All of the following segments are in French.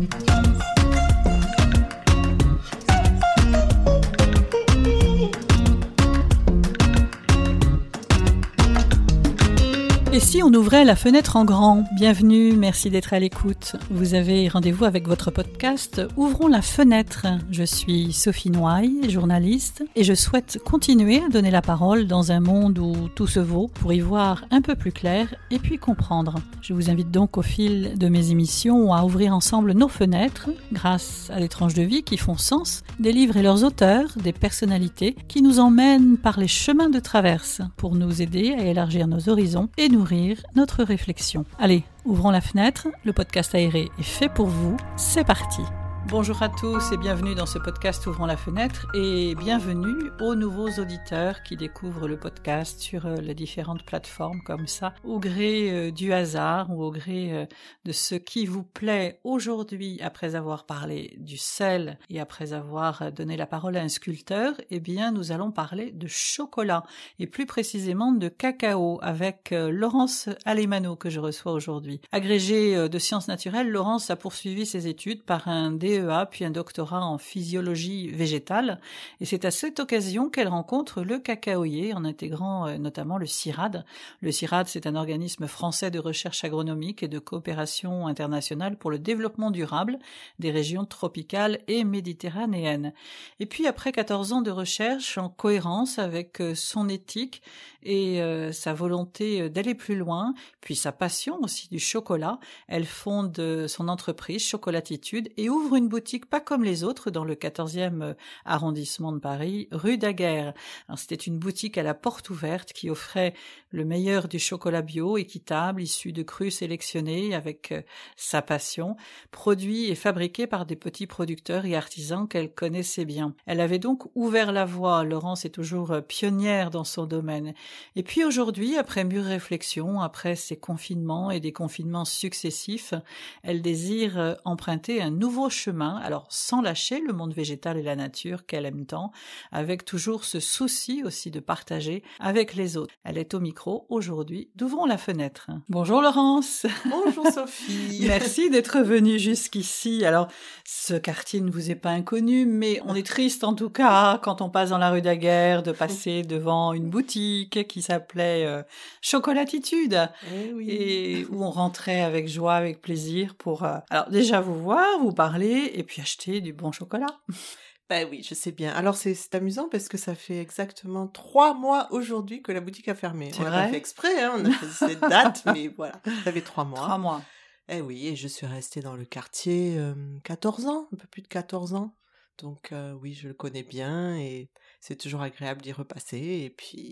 Et si on ouvrait la fenêtre en grand ? Bienvenue, merci d'être à l'écoute. Vous avez rendez-vous avec votre podcast Ouvrons la fenêtre. Je suis Sophie Noailles, journaliste, et je souhaite continuer à donner la parole dans un monde où tout se vaut pour y voir un peu plus clair et puis comprendre. Je vous invite donc au fil de mes émissions à ouvrir ensemble nos fenêtres grâce à des tranches de vie qui font sens, des livres et leurs auteurs, des personnalités qui nous emmènent par les chemins de traverse pour nous aider à élargir nos horizons et nourrir notre réflexion. Allez, ouvrons la fenêtre, le podcast aéré est fait pour vous, c'est parti. Bonjour à tous et bienvenue dans ce podcast Ouvrons la fenêtre et bienvenue aux nouveaux auditeurs qui découvrent le podcast sur les différentes plateformes comme ça, au gré du hasard ou au gré de ce qui vous plaît aujourd'hui après avoir parlé du sel et après avoir donné la parole à un sculpteur. Eh bien, nous allons parler de chocolat et plus précisément de cacao avec Laurence Alemano que je reçois aujourd'hui. Agrégée de sciences naturelles, Laurence a poursuivi ses études par un DEA puis un doctorat en physiologie végétale et c'est à cette occasion qu'elle rencontre le cacaoyer en intégrant notamment le CIRAD. Le CIRAD, c'est un organisme français de recherche agronomique et de coopération internationale pour le développement durable des régions tropicales et méditerranéennes. Et puis après 14 ans de recherche en cohérence avec son éthique et sa volonté d'aller plus loin, puis sa passion aussi du chocolat, elle fonde son entreprise Chocolatitude et ouvre une boutique pas comme les autres dans le 14e arrondissement de Paris, rue Daguerre. Alors, c'était une boutique à la porte ouverte qui offrait le meilleur du chocolat bio, équitable, issu de crus sélectionnés avec sa passion, produit et fabriqué par des petits producteurs et artisans qu'elle connaissait bien. Elle avait donc ouvert la voie. Laurence est toujours pionnière dans son domaine. Et puis aujourd'hui, après mûre réflexion, après ces confinements et des confinements successifs, elle désire emprunter un nouveau chemin, alors sans lâcher le monde végétal et la nature qu'elle aime tant, avec toujours ce souci aussi de partager avec les autres. Elle est au micro aujourd'hui d'Ouvrons la fenêtre. Bonjour Laurence. Bonjour Sophie. Merci d'être venue jusqu'ici. Alors, ce quartier ne vous est pas inconnu, mais on est triste en tout cas quand on passe dans la rue Daguerre de passer devant une boutique qui s'appelait Chocolatitude Oui. et où on rentrait avec joie, avec plaisir pour alors déjà vous voir, vous parler et puis acheter du bon chocolat. Ben oui, je sais bien. Alors c'est amusant parce que ça fait exactement 3 mois aujourd'hui que la boutique a fermé. C'est on vrai l'a pas fait exprès, hein, on a choisi cette date, mais voilà, ça fait 3 mois. 3 mois. Eh oui, et je suis restée dans le quartier 14 ans, un peu plus de 14 ans. Donc oui, je le connais bien et c'est toujours agréable d'y repasser.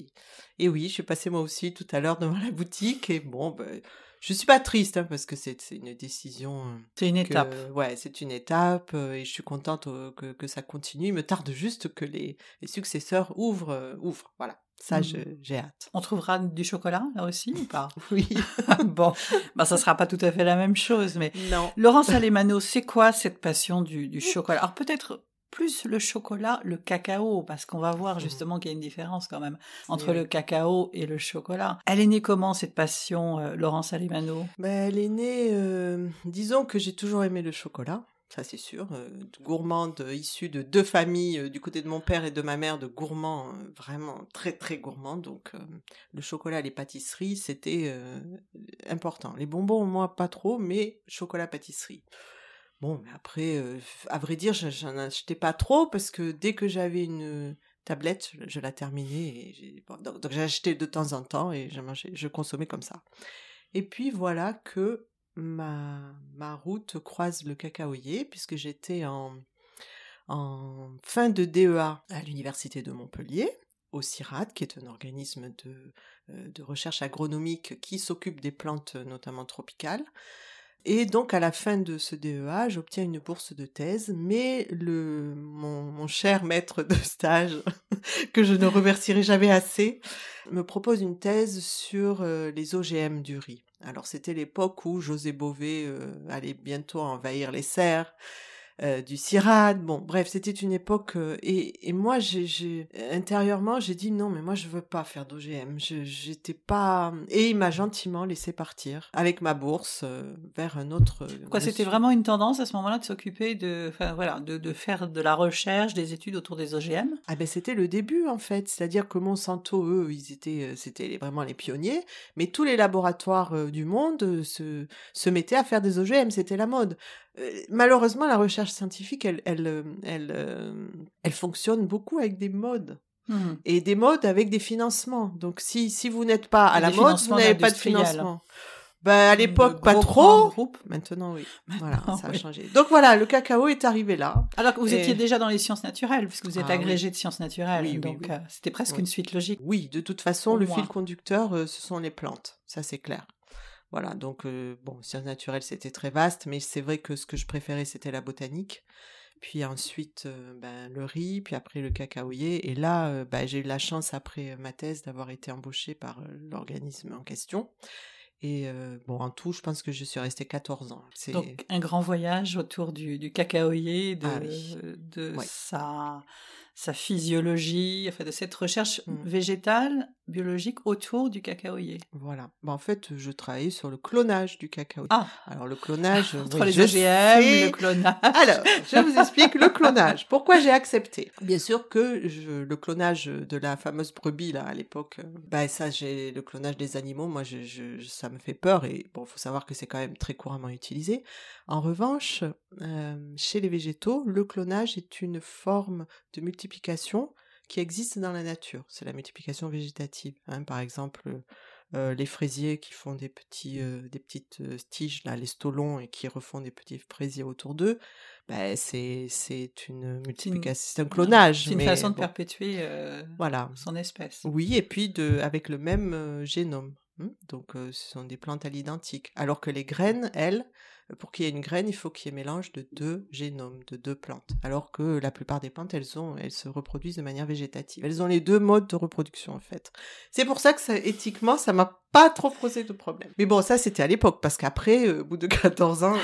Et oui, je suis passée moi aussi tout à l'heure devant la boutique et bon, je suis pas triste hein, parce que c'est une décision. C'est une étape. Ouais, c'est une étape et je suis contente que ça continue. Il me tarde juste que les successeurs ouvrent. Voilà, ça j'ai hâte. On trouvera du chocolat là aussi ou pas? Oui. Bon, ça sera pas tout à fait la même chose, mais Non. Laurence Alemano, c'est quoi cette passion du chocolat? Alors peut-être plus le chocolat, le cacao, parce qu'on va voir justement qu'il y a une différence quand même entre le cacao et le chocolat. Elle est née comment cette passion, Laurence Alemano? Elle est née, disons que j'ai toujours aimé le chocolat. Ça c'est sûr, gourmande, issue de 2 familles, du côté de mon père et de ma mère, de gourmands, vraiment très très gourmands. Donc le chocolat, les pâtisseries, c'était important. Les bonbons, moi pas trop, mais chocolat, pâtisserie. Bon, mais après, à vrai dire, j'en achetais pas trop parce que dès que j'avais une tablette, je la terminais et donc j'achetais de temps en temps et je consommais comme ça. Et puis voilà que ma route croise le cacaoyer puisque j'étais en fin de DEA à l'université de Montpellier, au CIRAD, qui est un organisme de recherche agronomique qui s'occupe des plantes notamment tropicales. Et donc, à la fin de ce DEA, j'obtiens une bourse de thèse, mais mon cher maître de stage, que je ne remercierai jamais assez, me propose une thèse sur les OGM du riz. Alors, c'était l'époque où José Bové allait bientôt envahir les serres, du Syrah. Bon, bref, c'était une époque... et moi, intérieurement, j'ai dit non, mais moi, je veux pas faire d'OGM. J'étais pas... Et il m'a gentiment laissé partir avec ma bourse vers un autre... C'était vraiment une tendance à ce moment-là de s'occuper de faire de la recherche, des études autour des OGM? Ah ben, c'était le début, en fait. C'est-à-dire que Monsanto, eux, c'était vraiment les pionniers, mais tous les laboratoires du monde se mettaient à faire des OGM, c'était la mode. Malheureusement, la recherche scientifique, elle fonctionne beaucoup avec des modes. Et des modes avec des financements. Donc, si vous n'êtes pas à la mode, vous n'avez pas de financement. À l'époque, pas trop. Maintenant, oui. Voilà, ça a changé. Donc voilà, le cacao est arrivé là. Alors que vous étiez déjà dans les sciences naturelles, puisque vous êtes agrégé de sciences naturelles. Donc, c'était presque une suite logique. Oui, de toute façon, le fil conducteur, ce sont les plantes. Ça, c'est clair. Voilà, donc, sciences naturelles, c'était très vaste, mais c'est vrai que ce que je préférais, c'était la botanique. Puis ensuite, le riz, puis après le cacaoyer. Et là, j'ai eu la chance, après ma thèse, d'avoir été embauchée par l'organisme en question. Et en tout, je pense que je suis restée 14 ans. Donc, un grand voyage autour du cacaoyer, sa physiologie, de cette recherche végétale, biologique autour du cacaoyer. Voilà. En fait, je travaillais sur le clonage du cacao. Alors, le clonage... Entre les OGM, le clonage... Alors, je vous explique le clonage. Pourquoi j'ai accepté? Bien sûr que le clonage de la fameuse brebis, là, à l'époque, le clonage des animaux, moi, ça me fait peur. Et bon, il faut savoir que c'est quand même très couramment utilisé. En revanche, chez les végétaux, le clonage est une forme de multiplication qui existe dans la nature. C'est la multiplication végétative. Par exemple, les fraisiers qui font des petites tiges, là, les stolons, et qui refont des petits fraisiers autour d'eux, c'est une multiplication, c'est un clonage. C'est une façon de perpétuer son espèce. Oui, et puis avec le même génome. Donc, ce sont des plantes à l'identique. Alors que les graines, elles, pour qu'il y ait une graine, il faut qu'il y ait mélange de 2 génomes, de 2 plantes. Alors que la plupart des plantes, elles se reproduisent de manière végétative. Elles ont les 2 modes de reproduction, en fait. C'est pour ça que éthiquement, ça m'a pas trop posé de problème. Mais bon, ça, c'était à l'époque, parce qu'après, au bout de 14 ans,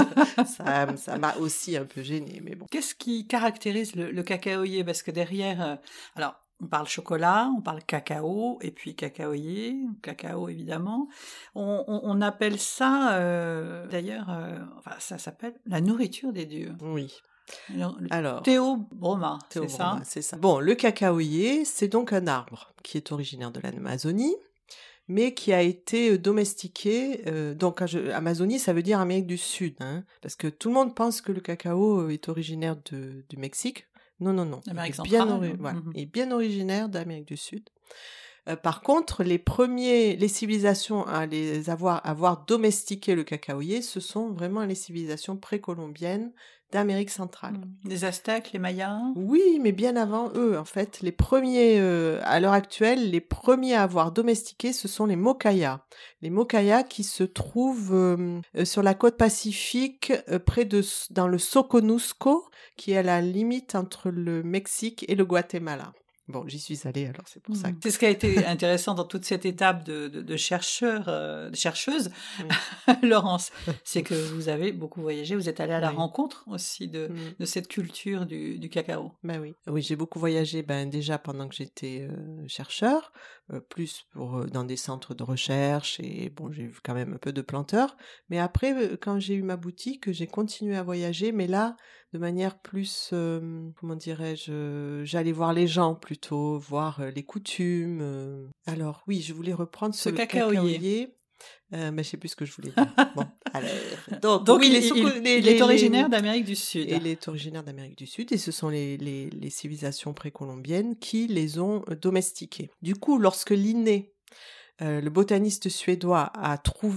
ça m'a aussi un peu gênée, mais bon. Qu'est-ce qui caractérise le cacaoyer? Parce que derrière... on parle chocolat, on parle cacao, et puis cacaoyer, cacao évidemment. On appelle ça, d'ailleurs, ça s'appelle la nourriture des dieux. Oui. Alors, Théobroma, c'est ça? C'est ça. Bon, le cacaoyer, c'est donc un arbre qui est originaire de l'Amazonie, mais qui a été domestiqué. Donc, Amazonie, ça veut dire Amérique du Sud, parce que tout le monde pense que le cacao est originaire du Mexique. Non. Amérique centrale. Il est bien originaire d'Amérique du Sud. Par contre, les civilisations à avoir domestiqué le cacaoyer, ce sont vraiment les civilisations précolombiennes d'Amérique centrale. Les Aztèques, les Mayas? Oui, mais bien avant eux, en fait. Les premiers, à l'heure actuelle, les premiers à avoir domestiqué, ce sont les Mocayas. Les Mocayas qui se trouvent sur la côte pacifique, dans le Soconusco, qui est à la limite entre le Mexique et le Guatemala. Bon, j'y suis allée, alors c'est pour ça. C'est ce qui a été intéressant dans toute cette étape de chercheurs, de chercheuses, Laurence, c'est que vous avez beaucoup voyagé, vous êtes allée à la rencontre aussi de cette culture du cacao. Oui, j'ai beaucoup voyagé déjà pendant que j'étais chercheur, plus dans des centres de recherche, et bon, j'ai vu quand même un peu de planteurs, mais après, quand j'ai eu ma boutique, j'ai continué à voyager, mais là, de manière plus, comment dirais-je, j'allais voir les gens plutôt, voir les coutumes. Alors oui, je voulais reprendre ce cacaoyer. Mais je sais plus ce que je voulais dire. Bon, alors, donc oui, il est originaire d'Amérique du Sud. Il est originaire d'Amérique du Sud, et ce sont les civilisations précolombiennes qui les ont domestiqués. Du coup, lorsque Linné, le botaniste suédois, a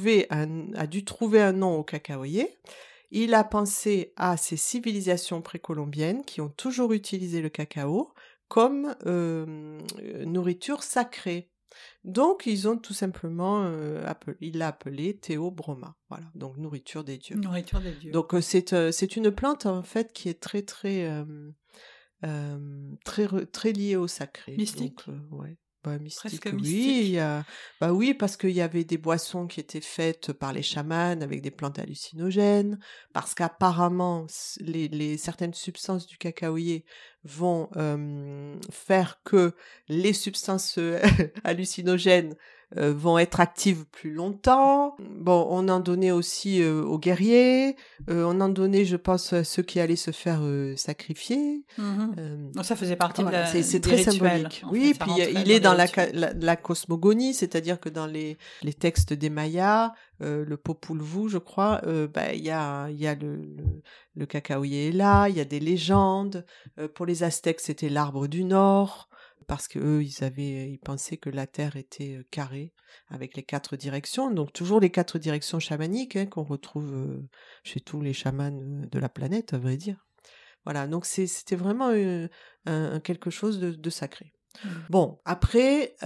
dû trouver un nom au cacaoyer, il a pensé à ces civilisations précolombiennes qui ont toujours utilisé le cacao comme nourriture sacrée. Donc, ils ont tout simplement il l'a appelé Théobroma. Voilà, donc nourriture des dieux. Nourriture des dieux. Donc, c'est une plante, en fait, qui est très liée au sacré. Mystique. Donc, ouais. Mystique, Presque oui. mystique. Oui, parce qu'il y avait des boissons qui étaient faites par les chamans avec des plantes hallucinogènes, parce qu'apparemment, certaines substances du cacaoyer vont faire que les substances hallucinogènes vont être actives plus longtemps. Bon, on en donnait aussi aux guerriers, on en donnait, je pense, à ceux qui allaient se faire sacrifier. Donc ça faisait partie Voilà, c'est des très rituels. symbolique. En Oui, fait, ça puis rentrait il est dans dans les rituels. la cosmogonie, c'est-à-dire que dans les textes des Mayas, le Popol Vuh, je crois, il y a le cacaoyer est là, il y a des légendes. Pour les Aztèques, c'était l'arbre du Nord, parce que eux, ils pensaient que la Terre était carrée avec les 4 directions. Donc toujours les 4 directions chamaniques qu'on retrouve chez tous les chamans de la planète, à vrai dire. Voilà, donc c'était vraiment quelque chose de sacré. Bon, après,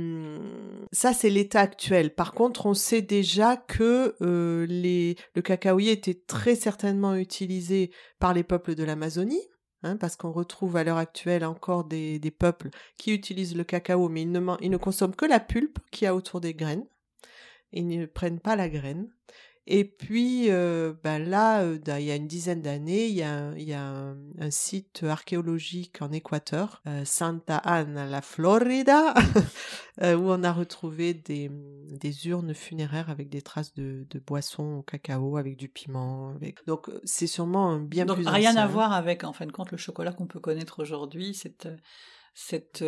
ça c'est l'état actuel. Par contre, on sait déjà que le cacaoyer était très certainement utilisé par les peuples de l'Amazonie, parce qu'on retrouve à l'heure actuelle encore des peuples qui utilisent le cacao, mais ils ne consomment que la pulpe qu'il y a autour des graines. Ils ne prennent pas la graine. Et puis là, il y a une dizaine d'années, il y a un site archéologique en Équateur, Santa Ana, la Florida, où on a retrouvé des urnes funéraires avec des traces de boissons au cacao, avec du piment. Donc c'est sûrement bien Donc plus rien ancien. à voir avec, en fin de compte, le chocolat qu'on peut connaître aujourd'hui. C'est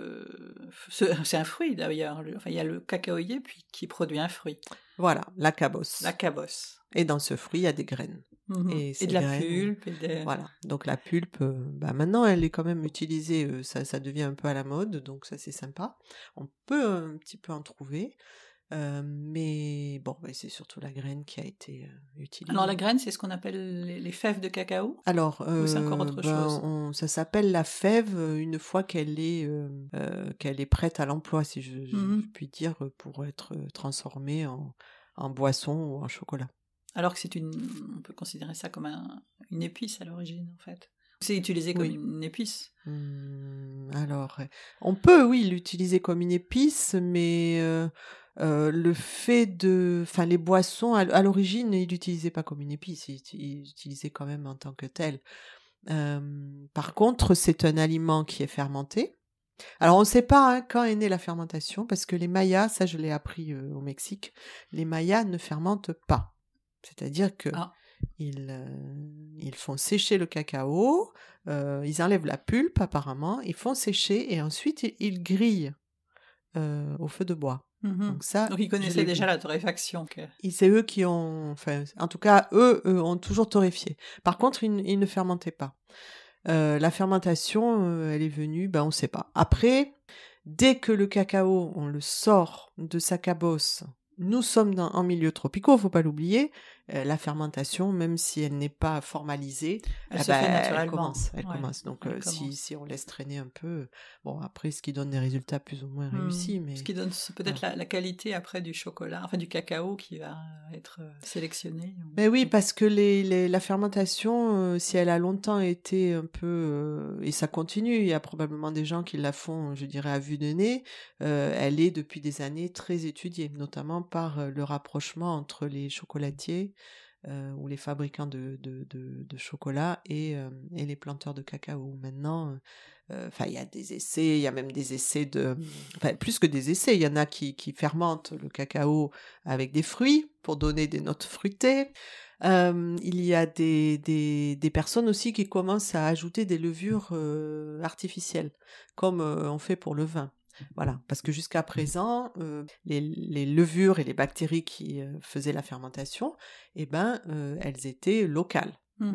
un fruit d'ailleurs. Enfin, il y a le cacaoyer puis qui produit un fruit. Voilà, la cabosse. La cabosse. Et dans ce fruit, il y a des graines. Et ces de la graines, pulpe. Voilà, donc la pulpe, maintenant elle est quand même utilisée, ça devient un peu à la mode, donc ça c'est sympa. On peut un petit peu en trouver, mais bon, c'est surtout la graine qui a été utilisée. Alors la graine, c'est ce qu'on appelle les fèves de cacao. Alors, ou c'est encore autre chose ça s'appelle la fève une fois qu'elle est prête à l'emploi, si je puis dire, pour être transformée en boisson ou en chocolat. Alors que on peut considérer ça comme une épice à l'origine, en fait. C'est utilisé comme une épice. Alors, on peut, oui, l'utiliser comme une épice, mais le fait les boissons, à l'origine, ils l'utilisaient pas comme une épice, ils l'utilisaient quand même en tant que tel. Par contre, c'est un aliment qui est fermenté. Alors, on ne sait pas quand est née la fermentation, parce que les Mayas, ça je l'ai appris au Mexique, les Mayas ne fermentent pas. C'est-à-dire que ils font sécher le cacao, ils enlèvent la pulpe apparemment, ils font sécher et ensuite ils grillent au feu de bois. Donc ils connaissaient déjà la torréfaction. C'est eux qui ont, en tout cas eux ont toujours torréfié. Par contre, ils ne fermentaient pas. La fermentation, elle est venue, on ne sait pas. Après, dès que le cacao, on le sort de sa cabosse, nous sommes en milieu tropicaux, faut pas l'oublier. La fermentation, même si elle n'est pas formalisée, elle se fait naturellement. Elle commence. Donc, si on laisse traîner un peu, après, ce qui donne des résultats plus ou moins réussis. Mais... Ce qui donne peut-être la qualité après du chocolat, enfin du cacao qui va être sélectionné. Mais oui, parce que la fermentation, si elle a longtemps été un peu... et ça continue, il y a probablement des gens qui la font, je dirais, à vue de nez, elle est depuis des années très étudiée, notamment par le rapprochement entre les chocolatiers ou les fabricants de chocolat et les planteurs de cacao. Maintenant, il y a des essais, il y a même des essais plus que des essais, il y en a qui fermentent le cacao avec des fruits pour donner des notes fruitées. Il y a des personnes aussi qui commencent à ajouter des levures artificielles, comme on fait pour le vin. Voilà, parce que jusqu'à présent, les levures et les bactéries qui faisaient la fermentation, elles étaient locales.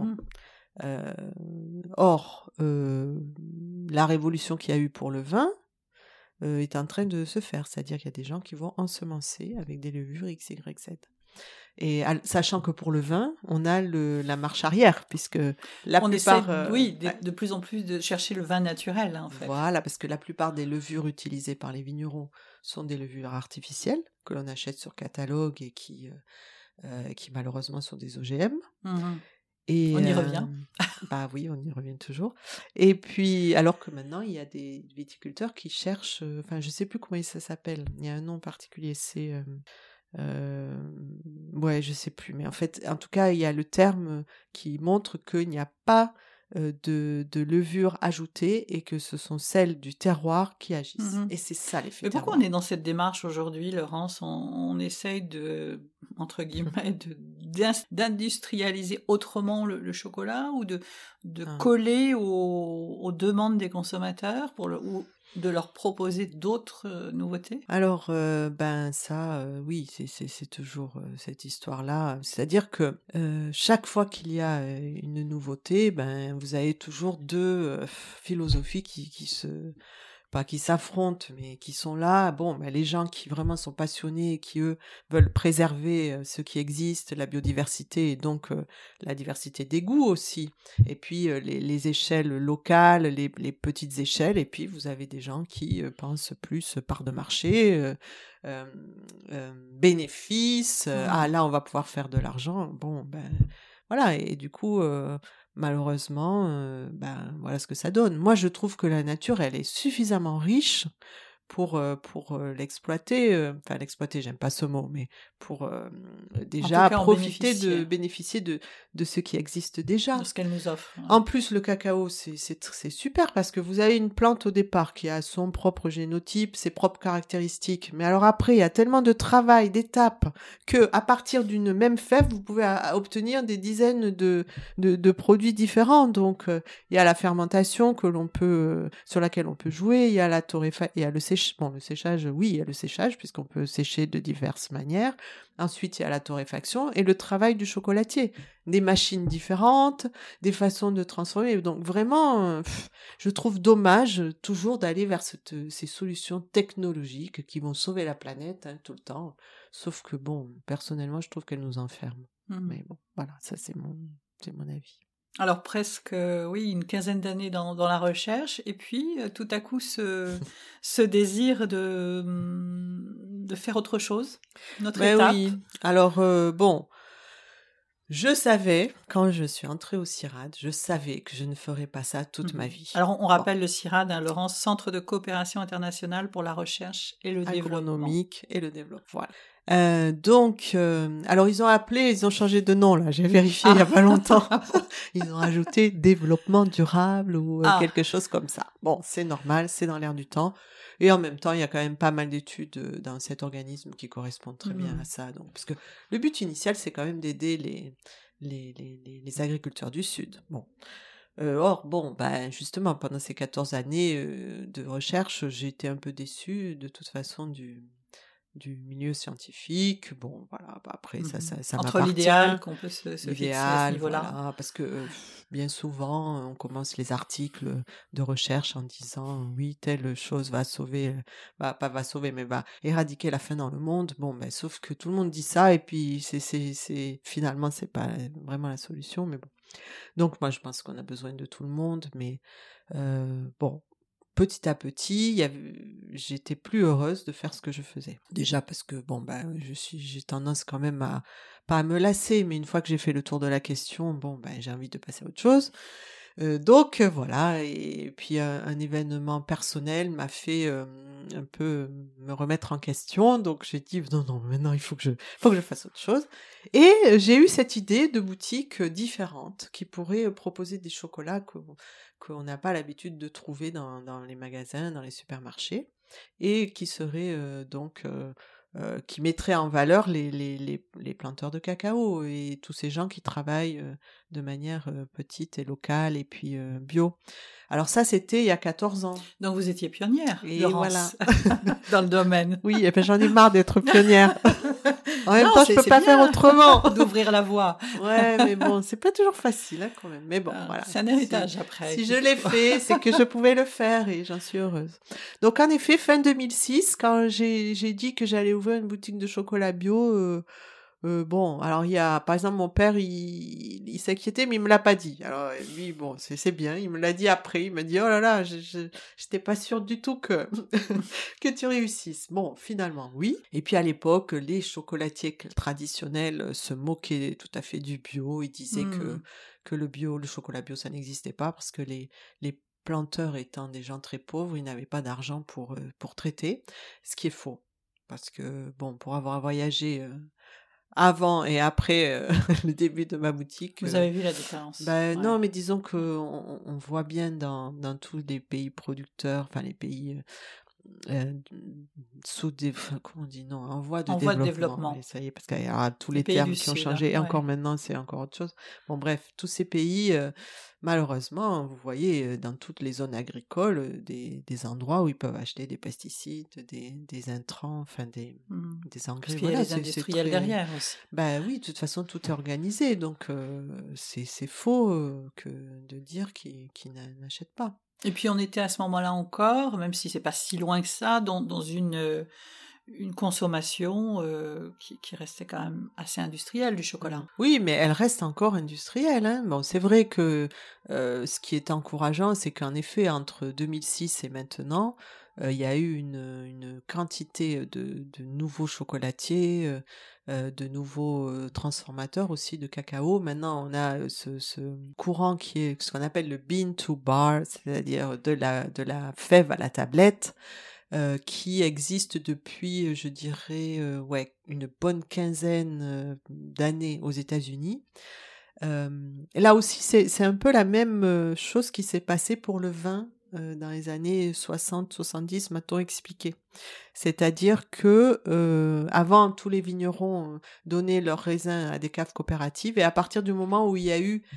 Or, la révolution qu'il y a eu pour le vin est en train de se faire, c'est-à-dire qu'il y a des gens qui vont ensemencer avec des levures X, Y, Z. Et sachant que pour le vin, on a la marche arrière, puisque on essaie, de plus en plus de chercher le vin naturel, en fait. Voilà, parce que la plupart des levures utilisées par les vignerons sont des levures artificielles que l'on achète sur catalogue et qui malheureusement sont des OGM. Et on y revient. Bah oui, on y revient toujours. Et puis, alors que maintenant, il y a des viticulteurs qui cherchent, enfin, je sais plus comment ça s'appelle. Il y a un nom particulier, c'est, ouais, je sais plus. Mais en fait, en tout cas, il y a le terme qui montre qu'il n'y a pas de levure ajoutée et que ce sont celles du terroir qui agissent. Mhm. Et c'est ça l'effet Mais pourquoi terroir. on est dans cette démarche aujourd'hui, Laurence? On essaye de, entre guillemets, d'industrialiser autrement le chocolat ou de Ah. coller aux demandes des consommateurs ou de leur proposer d'autres nouveautés? Alors, ben ça, oui, c'est toujours cette histoire-là. C'est-à-dire que chaque fois qu'il y a une nouveauté, ben vous avez toujours deux philosophies qui se pas qui s'affrontent, mais qui sont là. Bon, ben, les gens qui vraiment sont passionnés et qui, eux, veulent préserver ce qui existe, la biodiversité et donc la diversité des goûts aussi. Et puis les échelles locales, les petites échelles. Et puis vous avez des gens qui pensent plus part de marché, euh, bénéfices. Ah là, on va pouvoir faire de l'argent. Bon, ben voilà. Et du coup, malheureusement, ben voilà ce que ça donne. Moi, je trouve que la nature, elle est suffisamment riche pour l'exploiter. Enfin, l'exploiter, j'aime pas ce mot, mais pour déjà cas, en profiter bénéficier. bénéficier de ce qui existe déjà. De ce qu'elle nous offre. Ouais. En plus, le cacao, c'est super parce que vous avez une plante au départ qui a son propre génotype, ses propres caractéristiques. Mais alors après, il y a tellement de travail, d'étapes, que à partir d'une même fève, vous pouvez obtenir des dizaines de produits différents. Donc, il y a la fermentation que l'on peut, sur laquelle on peut jouer. Il y a la il y a le séchage. Bon, le séchage, oui, il y a le séchage puisqu'on peut sécher de diverses manières. Ensuite, il y a la torréfaction et le travail du chocolatier. Des machines différentes, des façons de transformer. Donc vraiment, je trouve dommage toujours d'aller vers ces solutions technologiques qui vont sauver la planète tout le temps. Sauf que bon, personnellement, je trouve qu'elles nous enferment. Mais bon, voilà, ça c'est mon avis. Alors presque, oui, une quinzaine d'années dans la recherche, et puis tout à coup ce désir de faire autre chose, notre étape. Oui, alors bon, je savais, quand je suis entrée au CIRAD, je savais que je ne ferais pas ça toute ma vie. Alors on rappelle le CIRAD, hein, Laurence, Centre de coopération internationale pour la recherche et le développement. Agronomique et le développement, voilà. Donc, alors ils ont changé de nom là. J'ai vérifié il y a pas longtemps. Ils ont ajouté développement durable ou quelque chose comme ça. Bon, c'est normal, c'est dans l'air du temps. Et en même temps, il y a quand même pas mal d'études dans cet organisme qui correspondent très bien à ça. Donc, parce que le but initial, c'est quand même d'aider les agriculteurs du Sud. Bon. Or, bon, ben justement, pendant ces 14 années de recherche, j'ai été un peu déçue de toute façon du milieu scientifique. Bon, voilà, bah, après, ça Entre m'appartient. l'idéal qu'on peut se fixer à ce niveau-là. Voilà, parce que bien souvent, on commence les articles de recherche en disant oui, telle chose va sauver, pas va sauver, mais va éradiquer la faim dans le monde. Bon, ben, sauf que tout le monde dit ça, et puis finalement, c'est pas vraiment la solution, mais bon. Donc, moi, je pense qu'on a besoin de tout le monde, mais bon. Petit à petit, j'étais plus heureuse de faire ce que je faisais. Déjà parce que bon ben j'ai tendance quand même à pas à me lasser, mais une fois que j'ai fait le tour de la question, bon ben j'ai envie de passer à autre chose. Donc voilà, et puis un événement personnel m'a fait un peu me remettre en question. Donc j'ai dit non, maintenant il faut que je fasse autre chose. Et j'ai eu cette idée de boutique différente qui pourrait proposer des chocolats qu'on n'a pas l'habitude de trouver dans les magasins, dans les supermarchés, et qui serait qui mettrait en valeur les planteurs de cacao et tous ces gens qui travaillent de manière petite et locale et puis bio. Alors ça, c'était il y a 14 ans. Donc vous étiez pionnière, Et Laurence, voilà. dans le domaine. Oui, et ben j'en ai marre d'être pionnière. En même temps, je peux pas faire autrement. D'ouvrir la voie. Ouais, mais bon, c'est pas toujours facile quand même. Mais bon, voilà. C'est un héritage après. Si je l'ai fait, c'est que je pouvais le faire et j'en suis heureuse. Donc en effet, fin 2006, quand j'ai dit que j'allais ouvrir une boutique de chocolat bio, bon, alors il y a, par exemple, mon père, il s'inquiétait, mais il me l'a pas dit. Alors lui, bon, c'est bien, il me l'a dit après. Il m'a dit, oh là là, j'étais pas sûre du tout que que tu réussisses. Bon, finalement, oui. Et puis à l'époque, les chocolatiers traditionnels se moquaient tout à fait du bio. Ils disaient que le chocolat bio, ça n'existait pas parce que les planteurs étant des gens très pauvres, ils n'avaient pas d'argent pour traiter, ce qui est faux. Parce que, bon, pour avoir voyagé avant et après le début de ma boutique... Vous avez vu la différence? Non, mais disons qu'on voit bien dans tous les pays producteurs, enfin les pays... comment on dit, non, en voie de développement. Et ça y est, parce qu'il y a tous les termes qui ont changé, et encore maintenant, c'est encore autre chose. Bon, bref, tous ces pays, malheureusement, vous voyez dans toutes les zones agricoles des endroits où ils peuvent acheter des pesticides, des intrants, enfin des engrais. Parce qu'il y a les industriels derrière aussi. Oui, de toute façon, tout est organisé, donc c'est faux de dire qu'ils n'achètent pas. Et puis on était à ce moment-là encore, même si c'est pas si loin que ça, dans une consommation qui restait quand même assez industrielle du chocolat. Oui, mais elle reste encore industrielle. Hein. Bon, c'est vrai que ce qui est encourageant, c'est qu'en effet, entre 2006 et maintenant, il y a eu une quantité de nouveaux chocolatiers, de nouveaux transformateurs aussi de cacao. Maintenant, on a ce courant qui est ce qu'on appelle le bean to bar, c'est-à-dire de la fève à la tablette, qui existe depuis, je dirais, une bonne quinzaine d'années aux États-Unis. Là aussi, c'est un peu la même chose qui s'est passée pour le vin dans les années 60-70, m'a-t-on expliqué. C'est-à-dire que avant, tous les vignerons donnaient leurs raisins à des caves coopératives, et à partir du moment où il y a eu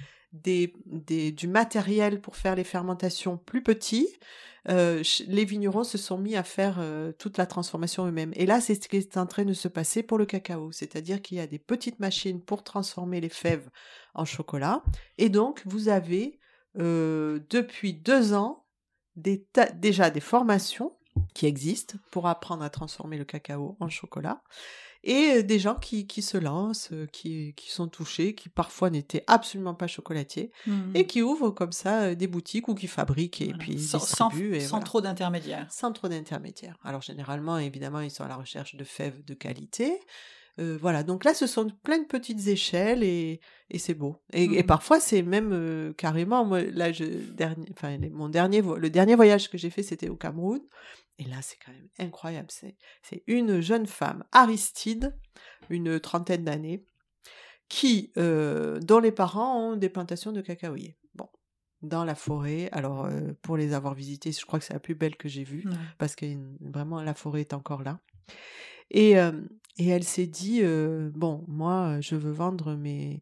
du matériel pour faire les fermentations plus petits, les vignerons se sont mis à faire toute la transformation eux-mêmes. Et là, c'est ce qui est en train de se passer pour le cacao. C'est-à-dire qu'il y a des petites machines pour transformer les fèves en chocolat. Et donc, vous avez depuis 2 ans déjà des formations qui existent pour apprendre à transformer le cacao en chocolat. Et des gens qui se lancent, qui sont touchés, qui parfois n'étaient absolument pas chocolatiers, et qui ouvrent comme ça des boutiques ou qui fabriquent et puis distribuent. Sans trop d'intermédiaires. Sans trop d'intermédiaires. Alors généralement, évidemment, ils sont à la recherche de fèves de qualité. Voilà, donc là, ce sont plein de petites échelles et c'est beau. Et parfois, c'est même carrément, moi, là, le dernier voyage que j'ai fait, c'était au Cameroun. Et là, c'est quand même incroyable. C'est une jeune femme, Aristide, une 30aine d'années, dont les parents ont des plantations de cacaoyers. Bon, dans la forêt. Alors, pour les avoir visités, je crois que c'est la plus belle que j'ai vue, parce que vraiment, la forêt est encore là. Et elle s'est dit, bon, moi, je veux vendre mes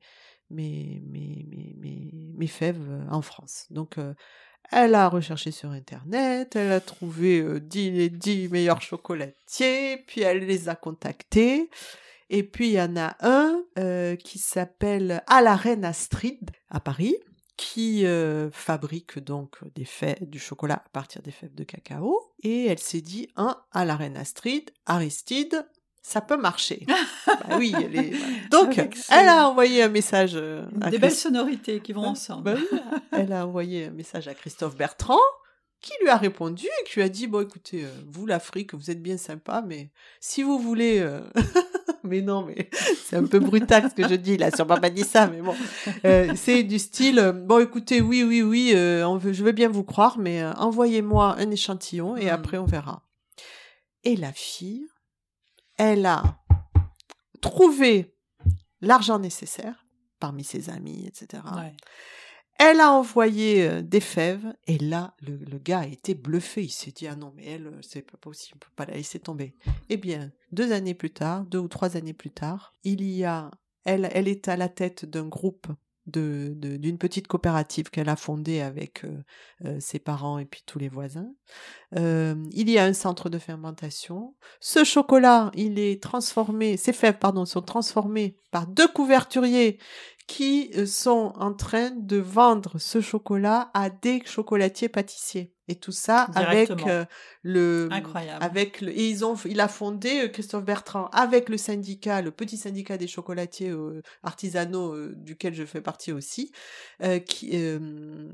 fèves en France. Donc, elle a recherché sur Internet, elle a trouvé les 10 meilleurs chocolatiers, puis elle les a contactés. Et puis, il y en a un qui s'appelle À la Reine Astrid, à Paris, qui fabrique donc du chocolat à partir des fèves de cacao. Et elle s'est dit, À la Reine Astrid, Aristide, ça peut marcher. Oui, donc elle a envoyé un message des belles sonorités qui vont ensemble. Oui, elle a envoyé un message à Christophe Bertrand, qui lui a répondu et qui lui a dit, bon écoutez, vous l'Afrique, vous êtes bien sympa, mais si vous voulez... mais non, mais c'est un peu brutal ce que je dis, il a sûrement pas dit ça, mais bon, c'est du style, bon écoutez, oui, je veux bien vous croire, mais envoyez-moi un échantillon et après on verra. Et la fille, elle a trouvé l'argent nécessaire parmi ses amis, etc. Ouais. Elle a envoyé des fèves et là, le gars a été bluffé. Il s'est dit, ah non, mais elle, c'est pas possible, on peut pas la laisser tomber. Eh bien, 2 ou 3 années plus tard, elle est à la tête d'un groupe d'une petite coopérative qu'elle a fondée avec ses parents et puis tous les voisins. Il y a un centre de fermentation. Ce chocolat, ces fèves, sont transformées par 2 couverturiers qui sont en train de vendre ce chocolat à des chocolatiers pâtissiers. Et tout ça directement. Incroyable. Et il a fondé, Christophe Bertrand, avec le petit syndicat des chocolatiers artisanaux, duquel je fais partie aussi,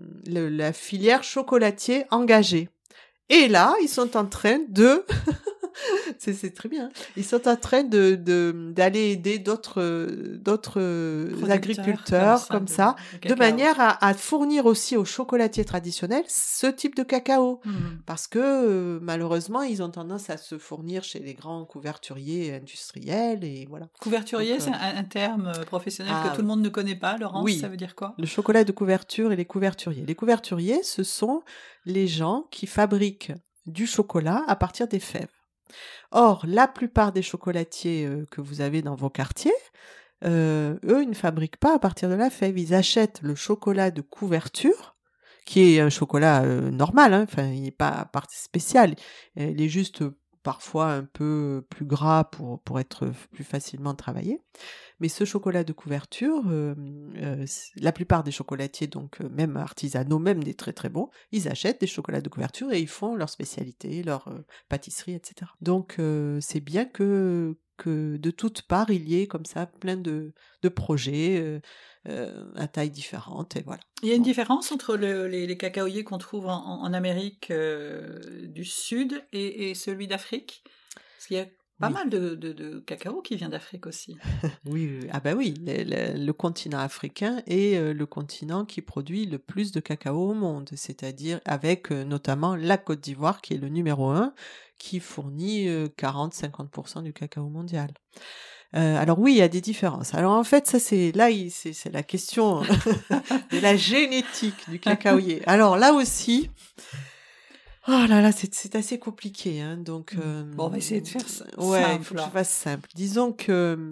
la filière chocolatier engagée. Et là, ils sont en train de C'est très bien. Ils sont en train d'aller aider d'autres agriculteurs comme ça, de manière à fournir aussi aux chocolatiers traditionnels ce type de cacao. Parce que malheureusement, ils ont tendance à se fournir chez les grands couverturiers industriels et voilà. Couverturier, c'est un terme professionnel que tout le monde ne connaît pas. Laurence, oui. Ça veut dire quoi? Le chocolat de couverture et les couverturiers. Les couverturiers, ce sont les gens qui fabriquent du chocolat à partir des fèves. Or, la plupart des chocolatiers que vous avez dans vos quartiers, eux, ils ne fabriquent pas à partir de la fève. Ils achètent le chocolat de couverture, qui est un chocolat normal, hein, enfin, il n'est pas spécial. Il est juste parfois un peu plus gras pour être plus facilement travaillé. Mais ce chocolat de couverture, la plupart des chocolatiers, donc même artisanaux, même des très très bons, ils achètent des chocolats de couverture et ils font leur spécialité, leur pâtisserie, etc. Donc c'est bien que de toutes parts, il y ait comme ça plein de projets à taille différente, et voilà. Il y a une différence entre les cacaoyers qu'on trouve en Amérique du Sud et celui d'Afrique? Parce qu'il y a pas mal de cacao qui vient d'Afrique aussi. Oui, ah bah oui, le continent africain est le continent qui produit le plus de cacao au monde, c'est-à-dire avec notamment la Côte d'Ivoire qui est le numéro 1, qui fournit 40-50% du cacao mondial. Alors oui, il y a des différences. Alors en fait, ça c'est la question de la génétique du cacaoyer. Alors là aussi, oh là là, c'est assez compliqué, hein. Donc bon, on va essayer de faire simple. Ouais, il faut que je fasse simple. Disons que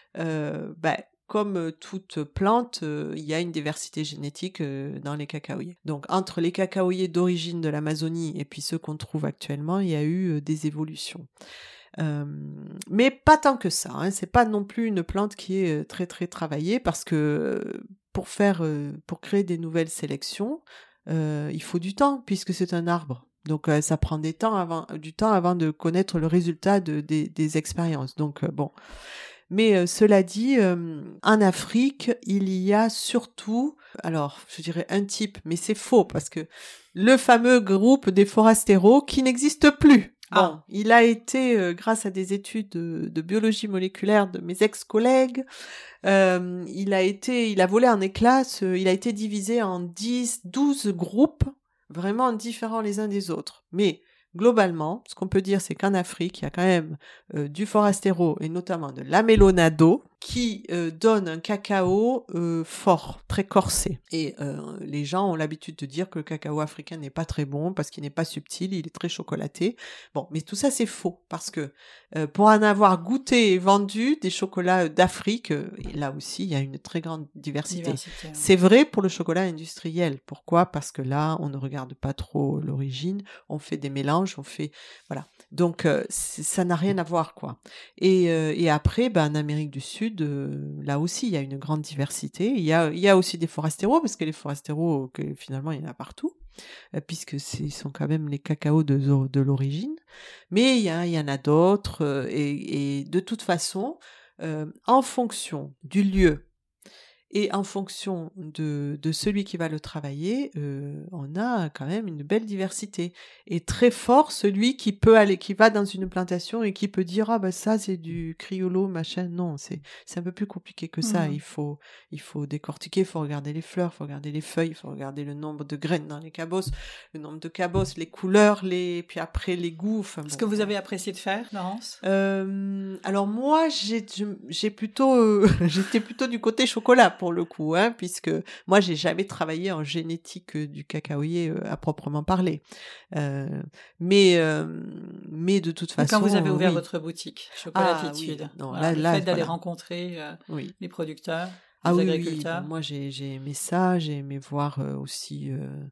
comme toute plante, il y a une diversité génétique dans les cacaoyers. Donc entre les cacaoyers d'origine de l'Amazonie et puis ceux qu'on trouve actuellement, il y a eu des évolutions. Mais pas tant que ça, hein. C'est pas non plus une plante qui est très très travaillée parce que pour créer des nouvelles sélections, il faut du temps puisque c'est un arbre. Donc ça prend du temps avant de connaître le résultat des expériences. Donc bon. Mais cela dit, en Afrique, il y a surtout, alors je dirais un type, mais c'est faux parce que le fameux groupe des Forasteros qui n'existe plus. Bon, il a été, grâce à des études de biologie moléculaire de mes ex-collègues, il a volé en éclats, il a été divisé en 12 groupes, vraiment différents les uns des autres. Mais globalement, ce qu'on peut dire, c'est qu'en Afrique, il y a quand même du Forastero et notamment de l'Amelonado qui donne un cacao fort, très corsé. Et les gens ont l'habitude de dire que le cacao africain n'est pas très bon parce qu'il n'est pas subtil, il est très chocolaté. Bon, mais tout ça, c'est faux parce que pour en avoir goûté et vendu des chocolats d'Afrique, et là aussi, il y a une très grande diversité. Ouais. C'est vrai pour le chocolat industriel. Pourquoi ? Parce que là, on ne regarde pas trop l'origine, on fait des mélanges, voilà. Donc ça n'a rien à voir, quoi. Et après, en Amérique du Sud, là aussi, il y a une grande diversité. Il y a aussi des forasteros, parce que les forasteros, finalement, il y en a partout, puisque ce sont quand même les cacaos de l'origine. Mais il y en a d'autres, et de toute façon, en fonction du lieu et en fonction de celui qui va le travailler, on a quand même une belle diversité. Et très fort, celui qui va dans une plantation et qui peut dire ça c'est du criollo, machin. Non, c'est un peu plus compliqué que ça. Il faut décortiquer, il faut regarder les fleurs, il faut regarder les feuilles, il faut regarder le nombre de graines dans les cabosses, le nombre de cabosses, les couleurs, puis après les goûts. Ce que vous avez apprécié de faire, Laurence ? Alors moi, j'étais plutôt du côté chocolat pour le coup, hein, puisque moi j'ai jamais travaillé en génétique du cacaoyer à proprement parler, mais de toute façon. Et quand vous avez ouvert votre boutique Chocolatitude, le fait d'aller rencontrer les producteurs, les agriculteurs. Moi j'ai aimé ça, j'ai aimé voir aussi.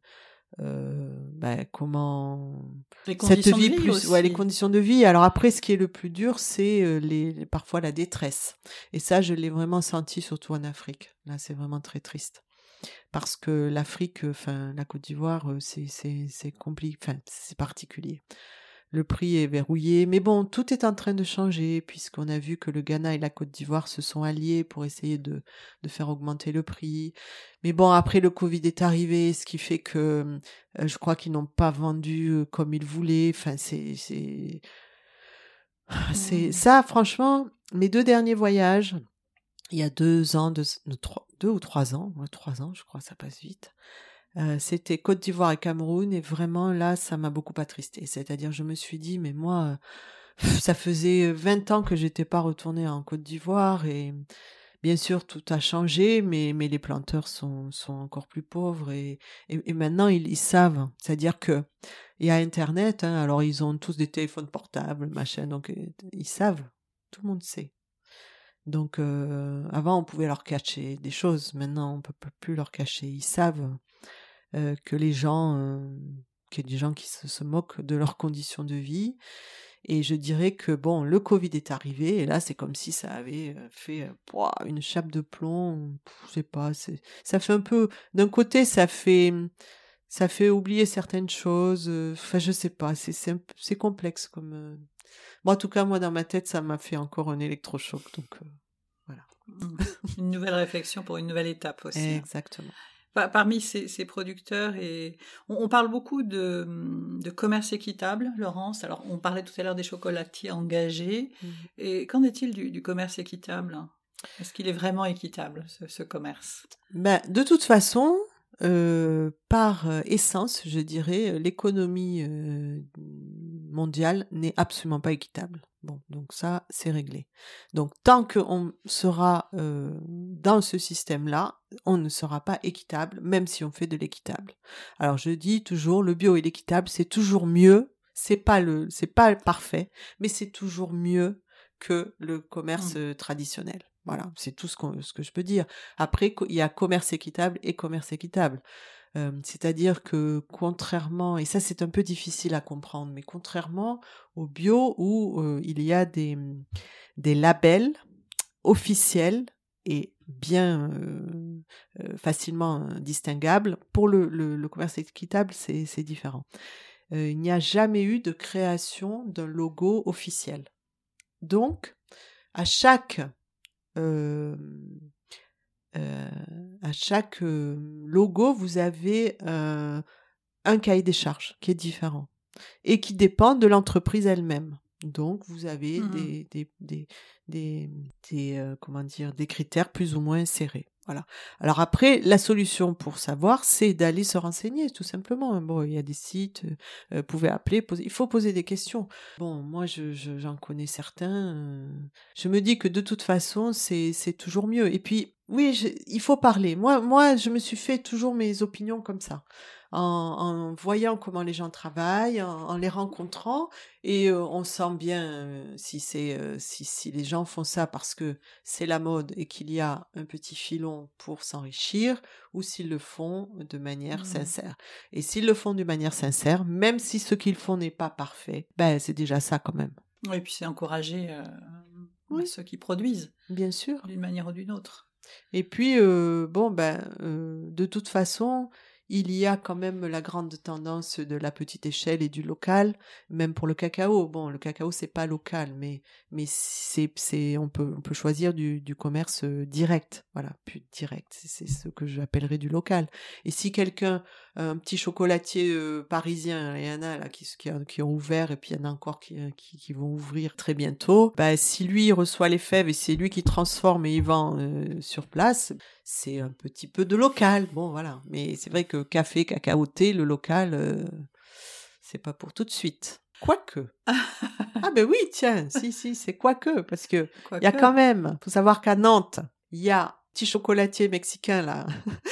Comment les conditions cette vie de vie plus les conditions de vie. Alors après, ce qui est le plus dur, c'est parfois la détresse, et ça je l'ai vraiment senti surtout en Afrique. Là c'est vraiment très triste parce que l'Afrique, la Côte d'Ivoire, c'est compliqué, c'est particulier. Le prix est verrouillé, mais bon, tout est en train de changer puisqu'on a vu que le Ghana et la Côte d'Ivoire se sont alliés pour essayer de faire augmenter le prix. Mais bon, après le Covid est arrivé, ce qui fait que je crois qu'ils n'ont pas vendu comme ils voulaient. C'est ça, franchement, mes 2 derniers voyages, il y a 2 ans, 2 ou 3 ans, 3 ans, je crois, ça passe vite. C'était Côte d'Ivoire et Cameroun, et vraiment là, ça m'a beaucoup attristée. C'est-à-dire, je me suis dit, mais moi, ça faisait 20 ans que j'étais pas retournée en Côte d'Ivoire, et bien sûr, tout a changé, mais les planteurs sont encore plus pauvres, et maintenant ils savent. C'est-à-dire que il y a Internet, hein, alors ils ont tous des téléphones portables, machin, donc ils savent. Tout le monde sait. Donc avant, on pouvait leur cacher des choses. Maintenant, on peut plus leur cacher. Ils savent que les gens, qu'il y a des gens qui se moquent de leurs conditions de vie. Et je dirais que bon, le Covid est arrivé, et là, c'est comme si ça avait fait une chape de plomb. Je sais pas, ça fait un peu. D'un côté, ça fait oublier certaines choses. Enfin, je sais pas, c'est complexe comme. Bon, en tout cas, moi, dans ma tête, ça m'a fait encore un électrochoc. Donc voilà. Une nouvelle réflexion pour une nouvelle étape aussi. Exactement. Parmi ces producteurs, et on parle beaucoup de commerce équitable, Laurence. Alors, on parlait tout à l'heure des chocolatiers engagés. Et qu'en est-il du commerce équitable ? Est-ce qu'il est vraiment équitable, ce commerce ? De toute façon, par essence, je dirais, l'économie mondiale n'est absolument pas équitable. Bon, donc ça, c'est réglé. Donc, tant qu'on sera dans ce système-là, on ne sera pas équitable, même si on fait de l'équitable. Alors, je dis toujours, le bio et l'équitable, c'est toujours mieux. C'est pas parfait, mais c'est toujours mieux que le commerce traditionnel. Voilà, c'est tout ce que je peux dire. Après, il y a commerce équitable et commerce équitable. C'est-à-dire que contrairement, et ça c'est un peu difficile à comprendre, mais contrairement au bio où il y a des labels officiels et bien facilement distinguables, pour le commerce équitable, c'est différent. Il n'y a jamais eu de création d'un logo officiel. Donc, à chaque logo, vous avez un cahier des charges qui est différent et qui dépend de l'entreprise elle-même. Donc, vous avez des critères plus ou moins serrés. Voilà. Alors après, la solution pour savoir, c'est d'aller se renseigner, tout simplement. Bon, il y a des sites, vous pouvez appeler, il faut poser des questions. Bon, moi, j'en connais certains. Je me dis que de toute façon, c'est toujours mieux. Et puis, oui, il faut parler. Moi, je me suis fait toujours mes opinions comme ça. En voyant comment les gens travaillent, en les rencontrant, et on sent bien si les gens font ça parce que c'est la mode et qu'il y a un petit filon pour s'enrichir, ou s'ils le font de manière sincère. Et s'ils le font de manière sincère, même si ce qu'ils font n'est pas parfait, c'est déjà ça quand même. Oui, et puis c'est encourager ceux qui produisent. Bien sûr. D'une manière ou d'une autre. Et puis, de toute façon, il y a quand même la grande tendance de la petite échelle et du local, même pour le cacao. Bon, le cacao, c'est pas local, mais on peut choisir du commerce direct. Voilà, plus direct. C'est ce que j'appellerais du local. Et si quelqu'un, un petit chocolatier parisien, il y en a là qui ont ouvert, et puis il y en a encore qui vont ouvrir très bientôt, si lui il reçoit les fèves et c'est lui qui transforme et il vend sur place, c'est un petit peu de local. Bon, voilà. Mais c'est vrai que café, cacao, thé, le local, c'est pas pour tout de suite. Quoique. Ah ben oui, tiens, si, c'est quoique, parce que il y a quand même, faut savoir qu'à Nantes, il y a un petit chocolatier mexicain là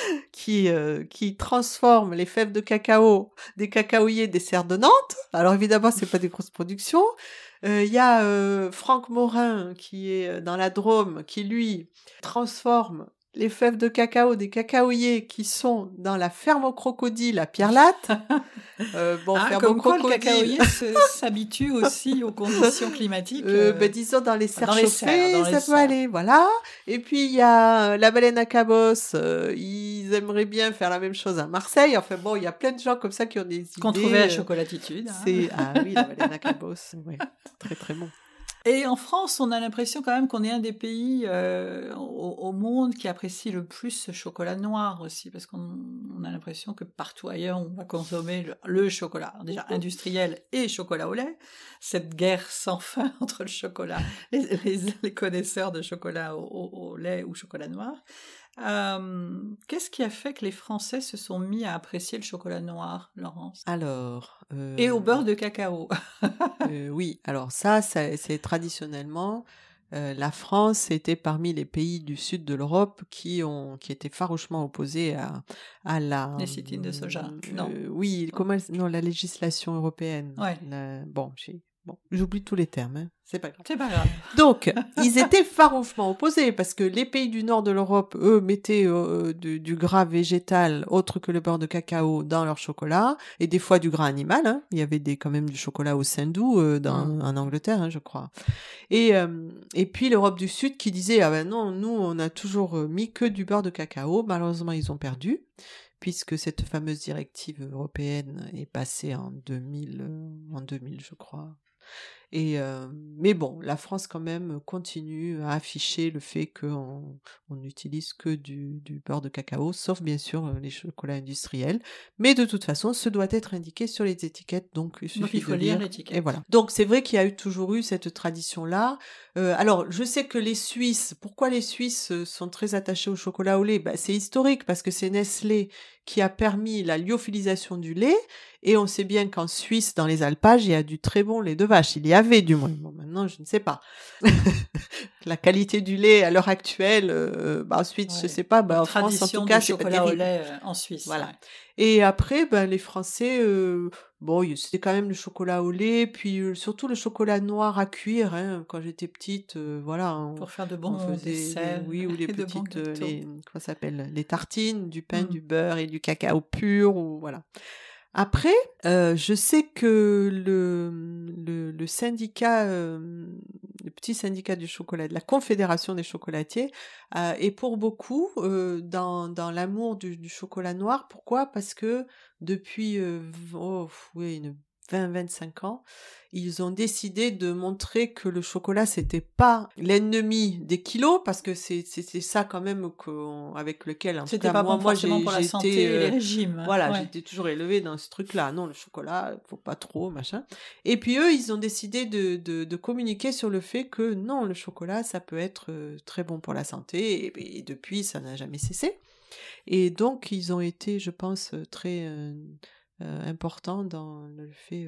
qui transforme les fèves de cacao des cacaoyers des serres de Nantes. Alors évidemment, c'est pas des grosses productions. Il y a Franck Morin qui est dans la Drôme, qui lui transforme les fèves de cacao des cacaoyers qui sont dans la ferme aux crocodiles à Pierre-Latte. Ferme comme aux quoi crocodiles. Le cacaoyer s'habitue aussi aux conditions climatiques. Disons dans les serres dans les chauffées, serres, ça peut aller, voilà. Et puis il y a la baleine à Cabos, ils aimeraient bien faire la même chose à Marseille. Enfin bon, il y a plein de gens comme ça qui ont des idées. Qu'on trouvait à Chocolatitude. Ah oui, la baleine à Cabos, ouais, très très bon. Et en France, on a l'impression quand même qu'on est un des pays au monde qui apprécie le plus ce chocolat noir aussi, parce qu'on a l'impression que partout ailleurs, on va consommer le chocolat. Alors déjà industriel et chocolat au lait, cette guerre sans fin entre le chocolat, les connaisseurs de chocolat au lait ou chocolat noir. Qu'est-ce qui a fait que les Français se sont mis à apprécier le chocolat noir, Laurence? Alors, Et au beurre de cacao. oui, alors ça, c'est traditionnellement, la France était parmi les pays du sud de l'Europe qui étaient farouchement opposés à la, Les citines de soja. Non. oui, non, la législation européenne. Ouais. Bon, j'oublie tous les termes, hein, c'est pas grave. C'est pas grave. Donc, ils étaient farouchement opposés parce que les pays du nord de l'Europe, eux, mettaient du gras végétal autre que le beurre de cacao dans leur chocolat et des fois du gras animal. Hein. Il y avait quand même du chocolat au saindoux en Angleterre, hein, je crois. Et puis l'Europe du Sud qui disait ah ben non, nous on a toujours mis que du beurre de cacao. Malheureusement, ils ont perdu puisque cette fameuse directive européenne est passée en 2000, je crois. Mais bon, la France quand même continue à afficher le fait qu'on n'utilise que du beurre de cacao, sauf bien sûr les chocolats industriels. Mais de toute façon, ce doit être indiqué sur les étiquettes, donc il suffit il faut de lire l'étiquette. Et voilà. Donc c'est vrai qu'il y a toujours eu cette tradition-là. Alors je sais que les Suisses, pourquoi les Suisses sont très attachés au chocolat au lait? C'est historique parce que c'est Nestlé qui a permis la lyophilisation du lait. Et on sait bien qu'en Suisse, dans les alpages, il y a du très bon lait de vache. Il y avait du moins. Bon, maintenant, je ne sais pas. La qualité du lait à l'heure actuelle, ensuite, je ne sais pas. En France, en tout cas, c'est pas chocolat au lait en Suisse. Voilà. Ouais. Et après, les Français, c'était quand même le chocolat au lait, puis surtout le chocolat noir à cuire. Hein, quand j'étais petite, voilà. Pour faire de bons desserts. Oui, ou les et petites, de bons comment ça s'appelle, les tartines, du pain, du beurre et du cacao pur, ou voilà. Après, je sais que le syndicat, le petit syndicat du chocolat, de la Confédération des chocolatiers, est pour beaucoup dans l'amour du chocolat noir. Pourquoi? Parce que depuis une 20-25 ans, ils ont décidé de montrer que le chocolat, c'était pas l'ennemi des kilos, parce que c'est ça quand même avec lequel, en tout C'était cas, pas bon moi forcément pour la santé et les régimes. Voilà, Ouais. j'étais toujours élevée dans ce truc-là. Non, le chocolat, faut pas trop, machin. Et puis eux, ils ont décidé de communiquer sur le fait que non, le chocolat, ça peut être très bon pour la santé. Et depuis, ça n'a jamais cessé. Et donc, ils ont été, je pense, très importants dans le fait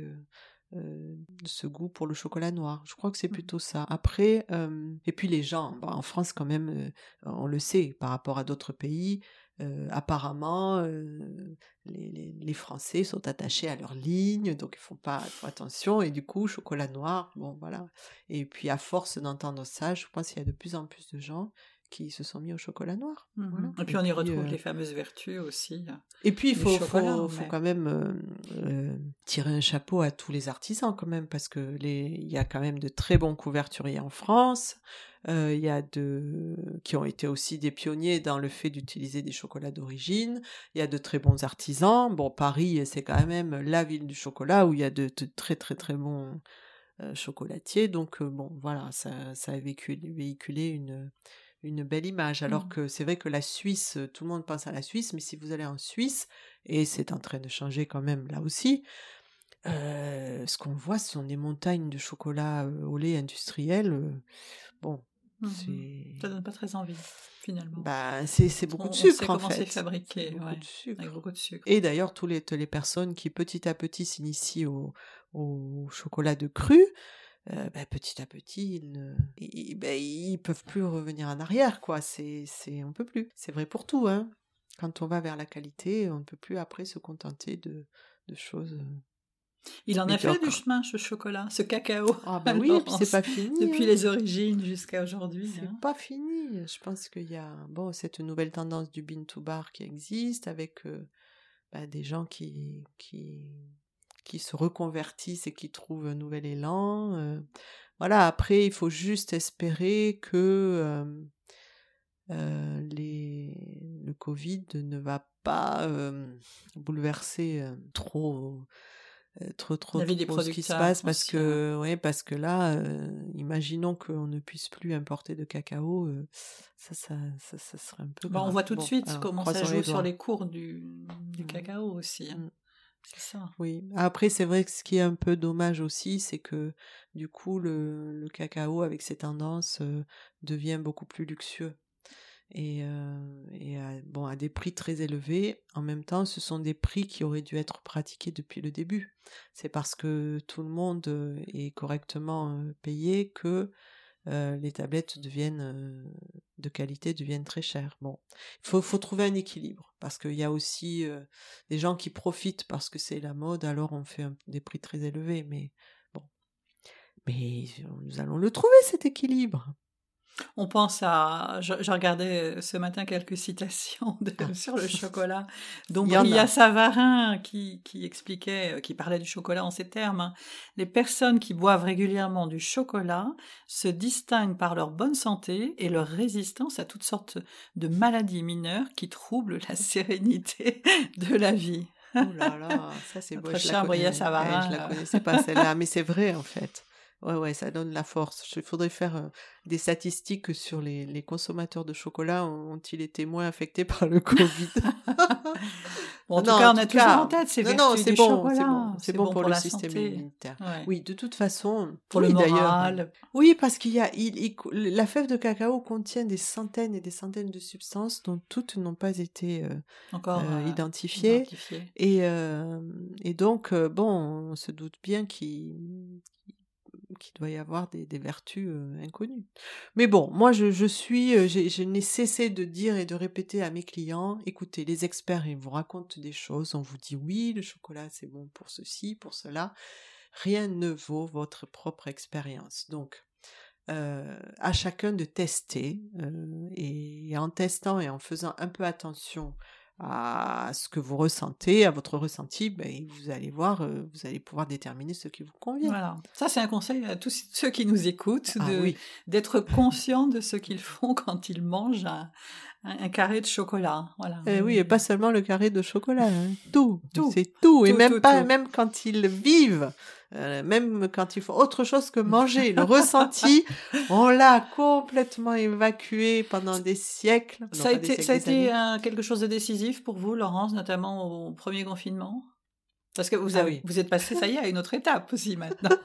de ce goût pour le chocolat noir. Je crois que c'est plutôt ça. Après, et puis les gens, en France quand même, on le sait, par rapport à d'autres pays, apparemment, les Français sont attachés à leur ligne, donc ils font attention, et du coup, chocolat noir, bon voilà. Et puis à force d'entendre ça, je pense qu'il y a de plus en plus de gens qui se sont mis au chocolat noir. Voilà. Et puis on y retrouve les fameuses vertus aussi. Et puis il faut mais... quand même tirer un chapeau à tous les artisans quand même, parce que il y a quand même de très bons couverturiers en France. Il y a qui ont été aussi des pionniers dans le fait d'utiliser des chocolats d'origine. Il y a de très bons artisans. Bon, Paris, c'est quand même la ville du chocolat où il y a de très très très bons chocolatiers. Donc bon, voilà, ça a véhiculé une belle image. Alors que c'est vrai que la Suisse, tout le monde pense à la Suisse, mais si vous allez en Suisse, et c'est en train de changer quand même là aussi, ce qu'on voit, ce sont des montagnes de chocolat au lait industriel. Ça donne pas très envie, finalement. C'est beaucoup de sucre, en fait. On sait comment c'est fabriqué, beaucoup de sucre. Avec beaucoup de sucre. Et d'ailleurs, toutes les personnes qui petit à petit s'initient au chocolat de cru, petit à petit, ils peuvent plus revenir en arrière, quoi. On peut plus. C'est vrai pour tout, hein. Quand on va vers la qualité, on ne peut plus après se contenter de choses. Il en a fait du chemin, ce chocolat, ce cacao. Ah bah oui, et puis c'est pas fini. Depuis les origines jusqu'à aujourd'hui. C'est pas fini. Je pense qu'il y a cette nouvelle tendance du bean to bar qui existe, avec des gens qui se reconvertissent et qui trouvent un nouvel élan. Voilà, après, il faut juste espérer que le Covid ne va pas bouleverser trop trop La vie des ce qui se producteurs passe parce aussi, hein. parce que là, imaginons qu'on ne puisse plus importer de cacao, ça serait un peu On grave. voit tout de Bon, suite alors comment ça croisons joue les sur doigts. les cours du cacao aussi, hein. Mmh. C'est ça. Oui. Après, c'est vrai que ce qui est un peu dommage aussi, c'est que du coup, le cacao, avec ses tendances, devient beaucoup plus luxueux et à des prix très élevés. En même temps, ce sont des prix qui auraient dû être pratiqués depuis le début. C'est parce que tout le monde est correctement payé que les tablettes de qualité deviennent très chères. Bon, faut trouver un équilibre parce qu'il y a aussi des gens qui profitent parce que c'est la mode, alors on fait des prix très élevés. Mais bon, mais nous allons le trouver cet équilibre. On pense à... Je regardais ce matin quelques citations Ah, sur le chocolat, dont il y en Bria a. Savarin qui expliquait, qui parlait du chocolat en ces termes, hein. Les personnes qui boivent régulièrement du chocolat se distinguent par leur bonne santé et leur résistance à toutes sortes de maladies mineures qui troublent la sérénité de la vie. Oh là là, ça c'est beau, Notre cher Bria je Savarin. la connaissais pas celle-là, mais c'est vrai en fait. Ouais, ça donne la force. Il faudrait faire des statistiques sur les consommateurs de chocolat. Ont-ils été moins affectés par le Covid? Bon, en tout Non, cas, en on a tout toujours en cas, tête ces non, vertus c'est du bon, chocolat. c'est C'est bon bon pour pour le la système santé. immunitaire. Ouais. Oui, de toute façon, Pour le oui d'ailleurs. moral. Oui, parce qu'il y a, la fève de cacao contient des centaines et des centaines de substances dont toutes n'ont pas été Encore identifiées. identifié. Et donc, bon, on se doute bien qu'il doit y avoir des vertus inconnues. Mais bon, moi, je n'ai cessé de dire et de répéter à mes clients, écoutez, les experts, ils vous racontent des choses, on vous dit oui, le chocolat, c'est bon pour ceci, pour cela. Rien ne vaut votre propre expérience. Donc, à chacun de tester, et en testant et en faisant un peu attention à ce que vous ressentez, à votre ressenti, ben, vous allez voir, vous allez pouvoir déterminer ce qui vous convient. Voilà. Ça, c'est un conseil à tous ceux qui nous écoutent, Ah oui. d'être conscients de ce qu'ils font quand ils mangent un carré de chocolat. Voilà. Oui, et pas seulement le carré de chocolat, hein. Tout, Tout. c'est tout, et même Tout. même quand ils vivent, même quand ils font autre chose que manger, le ressenti, on l'a complètement évacué pendant des siècles. Non, Ça a pas des été, siècles, ça a des été années. quelque chose de décisif pour vous, Laurence, notamment au premier confinement? Parce que Ah oui. vous êtes passé, ça y est, à une autre étape aussi maintenant.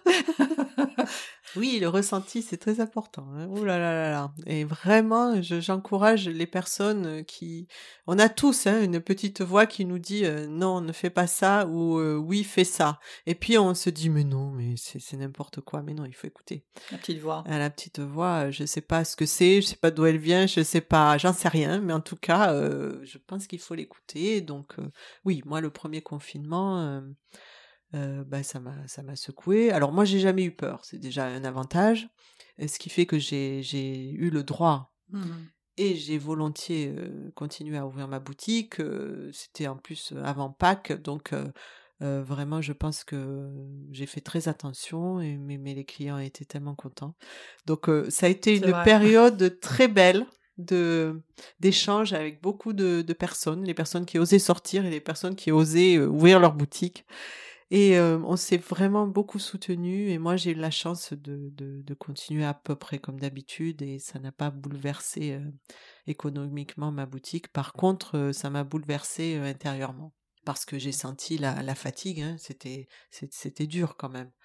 Oui, le ressenti, c'est très important, hein. Ouh là là là là. Et vraiment, j'encourage les personnes qui... On a tous une petite voix qui nous dit non, ne fais pas ça ou oui, fais ça. Et puis on se dit mais non, mais c'est n'importe quoi. Mais non, il faut écouter. La petite voix. La petite voix, je sais pas ce que c'est, je sais pas d'où elle vient, je sais pas, j'en sais rien. Mais en tout cas, je pense qu'il faut l'écouter. Donc oui, moi, le premier confinement... bah, ça m'a secouée. Alors moi, j'ai jamais eu peur, c'est déjà un avantage, ce qui fait que j'ai eu le droit et j'ai volontiers continué à ouvrir ma boutique. C'était en plus avant Pâques, donc vraiment, je pense que j'ai fait très attention mais les clients étaient tellement contents. Donc ça a été C'est une vrai. période très belle d'échanges avec beaucoup de personnes, les personnes qui osaient sortir et les personnes qui osaient ouvrir leur boutique. Et on s'est vraiment beaucoup soutenus et moi j'ai eu la chance de continuer à peu près comme d'habitude et ça n'a pas bouleversé économiquement ma boutique. Par contre, ça m'a bouleversé intérieurement parce que j'ai senti la fatigue, hein, c'était dur quand même.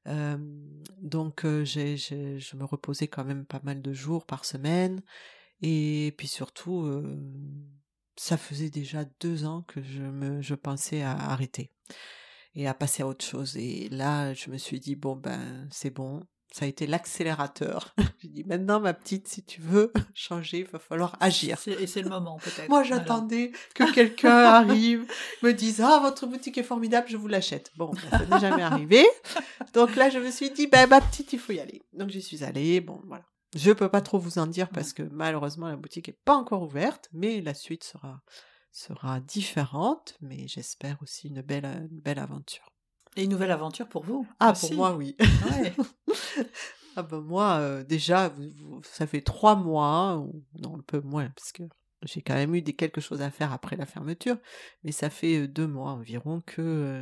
Donc je me reposais quand même pas mal de jours par semaine et puis surtout ça faisait déjà 2 ans que je pensais à arrêter et à passer à autre chose. Et là, je me suis dit, bon, ben, c'est bon. Ça a été l'accélérateur. J'ai dit, maintenant, ma petite, si tu veux changer, il va falloir agir. Et c'est le moment, peut-être. Moi, j'attendais que quelqu'un arrive, me dise, ah, votre boutique est formidable, je vous l'achète. Bon, ben, ça n'est jamais arrivé. Donc là, je me suis dit, ben, ma petite, il faut y aller. Donc, j'y suis allée. Bon, voilà. Je peux pas trop vous en dire parce que malheureusement, la boutique est pas encore ouverte, mais la suite sera différente, mais j'espère aussi une belle aventure. Et une nouvelle aventure pour vous Ah, aussi. pour moi, oui. Ouais. Ah ben moi, déjà, ça fait 3 mois, ou non, un peu moins, parce que j'ai quand même eu quelque chose à faire après la fermeture, mais ça fait 2 mois environ que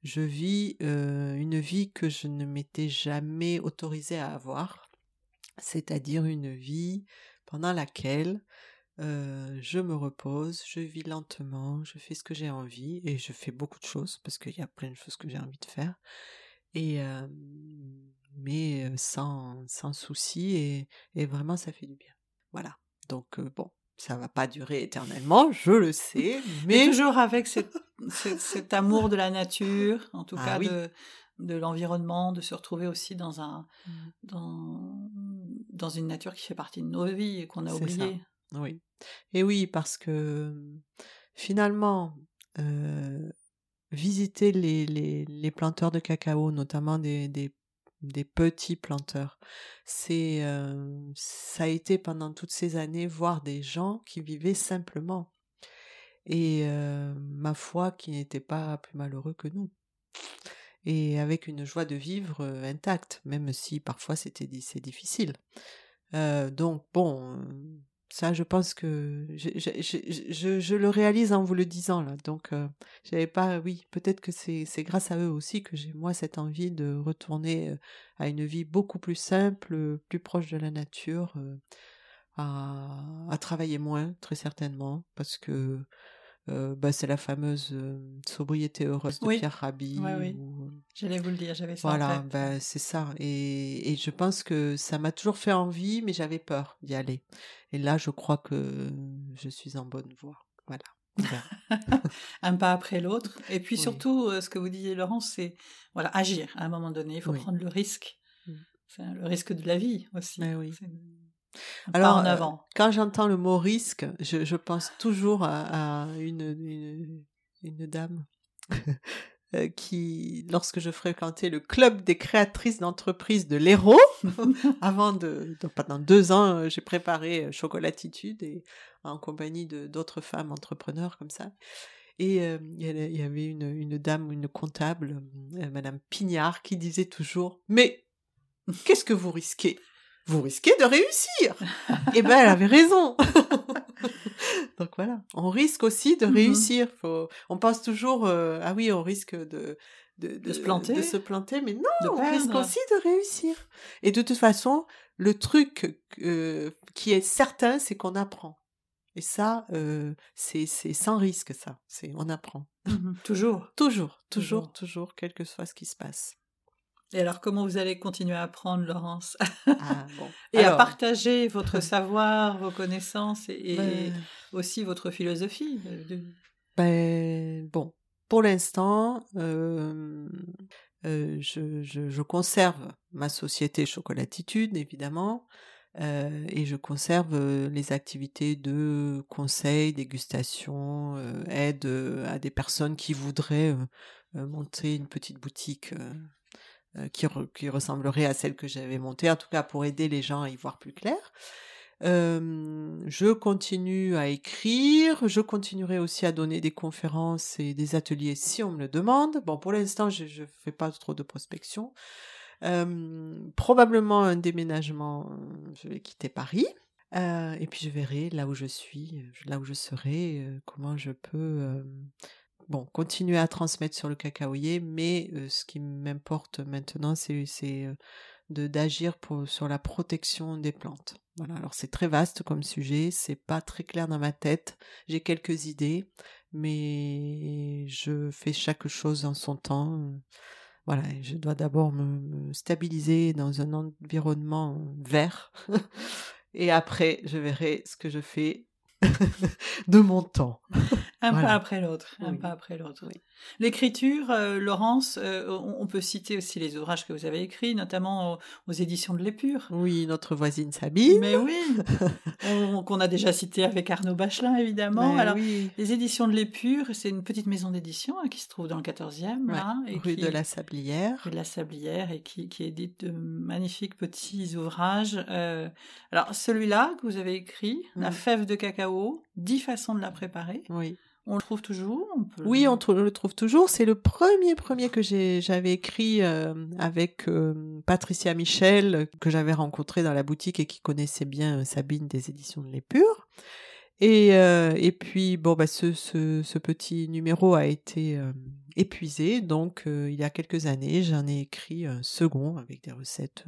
je vis une vie que je ne m'étais jamais autorisée à avoir, c'est-à-dire une vie pendant laquelle je me repose, je vis lentement, je fais ce que j'ai envie et je fais beaucoup de choses parce qu'il y a plein de choses que j'ai envie de faire et mais sans souci et vraiment ça fait du bien. Voilà. Donc bon, ça va pas durer éternellement, je le sais, Mais mais toujours avec cet amour de la nature, en tout cas oui. de l'environnement, de se retrouver aussi Mmh. dans une nature qui fait partie de nos vies et qu'on a C'est ça. oubliée. Oui. Et oui, parce que finalement, visiter les planteurs de cacao, notamment des petits planteurs, ça a été pendant toutes ces années voir des gens qui vivaient simplement et ma foi, qui n'étaient pas plus malheureux que nous et avec une joie de vivre, intacte, même si parfois c'est difficile. Donc bon, ça je pense que je le réalise en vous le disant là, donc j'avais pas oui, peut-être que c'est grâce à eux aussi que j'ai moi cette envie de retourner, à une vie beaucoup plus simple, plus proche de la nature, à travailler moins très certainement parce que, c'est la fameuse, sobriété heureuse de Oui, Pierre Rabhi oui. ou J'allais vous le dire, j'avais ça en voilà, tête. c'est ça et je pense que ça m'a toujours fait envie, mais j'avais peur d'y aller et là, je crois que je suis en bonne voie. Voilà, on verra. Un pas après l'autre. Et puis Oui, surtout, ce que vous disiez, Laurence, c'est voilà, agir. À un moment donné, il faut oui. prendre le risque. Mmh. C'est le risque de la vie aussi. Mais oui. C'est un pas Alors, en avant. quand j'entends le mot risque, je pense toujours à une dame qui, lorsque je fréquentais le club des créatrices d'entreprises de l'Hérault, donc pendant 2 ans, j'ai préparé Chocolatitude et en compagnie d'autres femmes entrepreneurs comme ça. Et il y avait une dame, une comptable, Madame Pignard, qui disait toujours: «Mais qu'est-ce que vous risquez? Vous risquez de réussir!» Et ben, elle avait raison. Donc voilà, on risque aussi de Mhm. réussir. On pense toujours, ah oui, on risque De se de planter, se planter, mais non, de on risque perdre. aussi de réussir. Et de toute façon, le truc qui est certain, c'est qu'on apprend. Et ça, c'est sans risque, ça. On apprend. Mhm. Toujours, Toujours, toujours, toujours. toujours, quel que soit ce qui se passe. Et alors, comment vous allez continuer à apprendre, Laurence? Ah bon. Et à Alors, partager votre savoir, vos connaissances et ben, aussi votre philosophie. bon, pour l'instant, je conserve ma société Chocolatitude, évidemment, et je conserve les activités de conseil, dégustation, aide à des personnes qui voudraient monter une petite boutique qui ressemblerait à celle que j'avais montée, en tout cas pour aider les gens à y voir plus clair. Je continue à écrire, je continuerai aussi à donner des conférences et des ateliers si on me le demande. Bon, pour l'instant, je fais pas trop de prospection. Probablement un déménagement, je vais quitter Paris. Et puis je verrai là où je suis, là où je serai, comment je peux continuer à transmettre sur le cacaoyer, mais ce qui m'importe maintenant, c'est d'agir sur la protection des plantes. Voilà, alors c'est très vaste comme sujet, c'est pas très clair dans ma tête, j'ai quelques idées, mais je fais chaque chose en son temps. Voilà, je dois d'abord me stabiliser dans un environnement vert, et après je verrai ce que je fais de mon temps. Un pas Voilà. après l'autre, un pas Oui, après l'autre. oui. L'écriture, Laurence, on peut citer aussi les ouvrages que vous avez écrits, notamment aux éditions de l'Épure. Oui, notre voisine Sabine. Mais oui, qu'on a déjà cité avec Arnaud Bachelin, évidemment. Mais Alors, oui, les éditions de l'Épure, c'est une petite maison d'édition qui se trouve dans le 14e, ouais. là, et Rue de la rue Sablière. de la Sablière, et qui édite de magnifiques petits ouvrages. Alors, celui-là que vous avez écrit, La fève de cacao, 10 façons de la préparer, Oui. on le trouve toujours, on peut... Oui, le trouve toujours. C'est le premier que j'avais écrit avec Patricia Michel, que j'avais rencontré dans la boutique et qui connaissait bien Sabine des éditions de l'Épure. Et puis, bon, bah, ce petit numéro a été épuisé. Donc, il y a quelques années, j'en ai écrit un second avec des recettes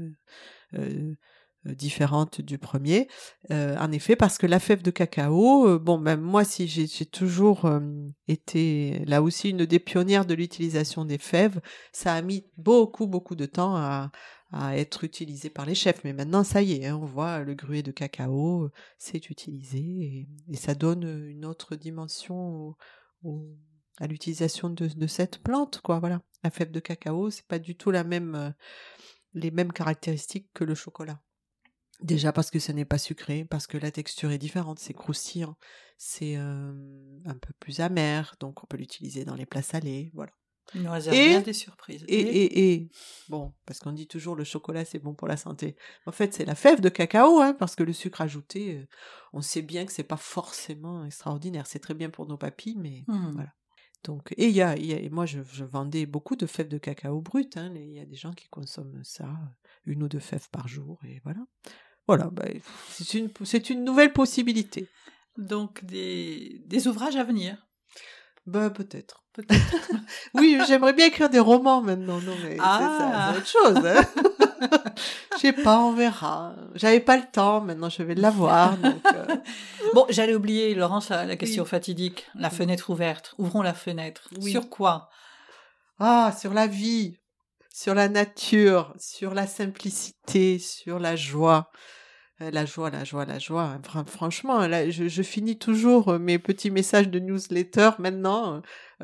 différentes du premier. En effet, parce que la fève de cacao, bon, ben moi, si j'ai toujours été là aussi une des pionnières de l'utilisation des fèves, ça a mis beaucoup de temps à être utilisé par les chefs. Mais maintenant, ça y est, hein, on voit le gruet de cacao, c'est utilisé et ça donne une autre dimension à l'utilisation de cette plante, quoi. Voilà. La fève de cacao, c'est pas du tout les mêmes caractéristiques que le chocolat. Déjà parce que ce n'est pas sucré, parce que la texture est différente, c'est croustillant, c'est un peu plus amer, donc on peut l'utiliser dans les plats salés, voilà. Il nous réserve bien des surprises. Et bon, parce qu'on dit toujours le chocolat c'est bon pour la santé. En fait, c'est la fève de cacao, hein, parce que le sucre ajouté, on sait bien que c'est pas forcément extraordinaire. C'est très bien pour nos papilles, mais voilà. Donc, et moi je vendais beaucoup de fèves de cacao brutes. Hein, il y a des gens qui consomment ça, 1 ou 2 fèves par jour, et voilà. Voilà, bah, c'est une nouvelle possibilité. Donc des ouvrages à venir. Bah peut-être. Oui, j'aimerais bien écrire des romans maintenant. Non, mais c'est autre chose. Hein. Je sais pas, on verra. J'avais pas le temps, maintenant je vais l'avoir. Donc, Bon, j'allais oublier, Laurence, la question fatidique. La fenêtre ouverte. Ouvrons la fenêtre. Oui. Sur quoi ? Sur la vie, sur la nature, sur la simplicité, sur la joie. La joie. Franchement, là, je finis toujours mes petits messages de newsletter maintenant.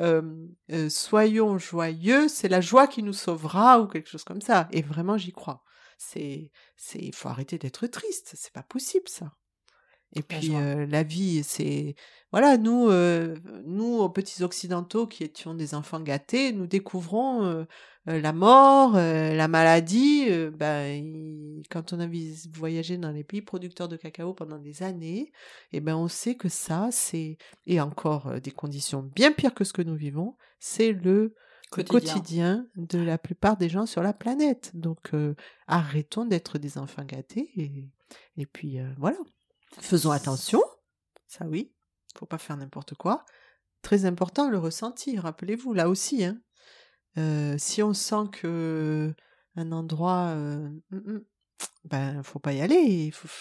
Soyons joyeux, c'est la joie qui nous sauvera ou quelque chose comme ça. Et vraiment, j'y crois. Il faut arrêter d'être triste. C'est pas possible, ça. Et puis la vie, c'est voilà, nous petits occidentaux qui étions des enfants gâtés, nous découvrons la mort, la maladie. Quand on a voyagé dans les pays producteurs de cacao pendant des années, on sait que ça, c'est et encore des conditions bien pires que ce que nous vivons, c'est le quotidien de la plupart des gens sur la planète. Donc arrêtons d'être des enfants gâtés et puis voilà. Faisons attention, ça oui, faut pas faire n'importe quoi. Très important, le ressenti, rappelez-vous, là aussi. Hein. Si on sent que un endroit, faut pas y aller. Il faut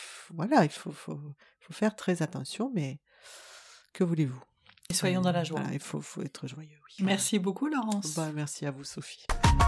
faire très attention, mais que voulez-vous ? Et soyons dans la joie. Voilà, il faut être joyeux, oui. Merci beaucoup, Laurence. Merci à vous, Sophie.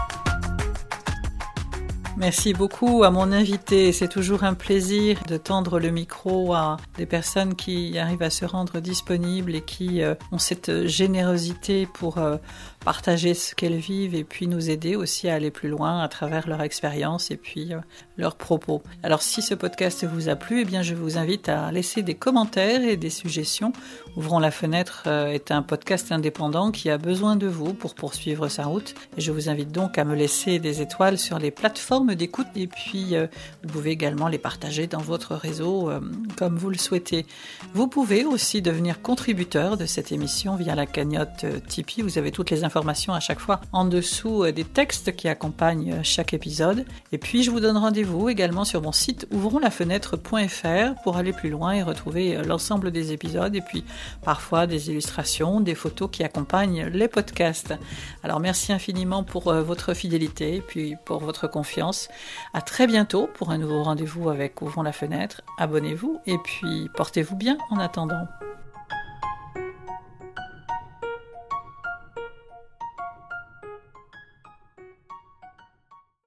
Merci beaucoup à mon invité. C'est toujours un plaisir de tendre le micro à des personnes qui arrivent à se rendre disponibles et qui ont cette générosité pour partager ce qu'elles vivent et puis nous aider aussi à aller plus loin à travers leur expérience et puis leurs propos. Alors si ce podcast vous a plu, je vous invite à laisser des commentaires et des suggestions. Ouvrons la fenêtre est un podcast indépendant qui a besoin de vous pour poursuivre sa route. Et je vous invite donc à me laisser des étoiles sur les plateformes d'écoute et puis vous pouvez également les partager dans votre réseau comme vous le souhaitez. Vous pouvez aussi devenir contributeur de cette émission via la cagnotte Tipeee. Vous avez toutes les informations à chaque fois en dessous des textes qui accompagnent chaque épisode. Et puis je vous donne rendez-vous également sur mon site ouvronslafenêtre.fr pour aller plus loin et retrouver l'ensemble des épisodes et puis parfois des illustrations, des photos qui accompagnent les podcasts. Alors merci infiniment pour votre fidélité et puis pour votre confiance. À très bientôt pour un nouveau rendez-vous avec Ouvrons la fenêtre. Abonnez-vous et puis portez-vous bien en attendant.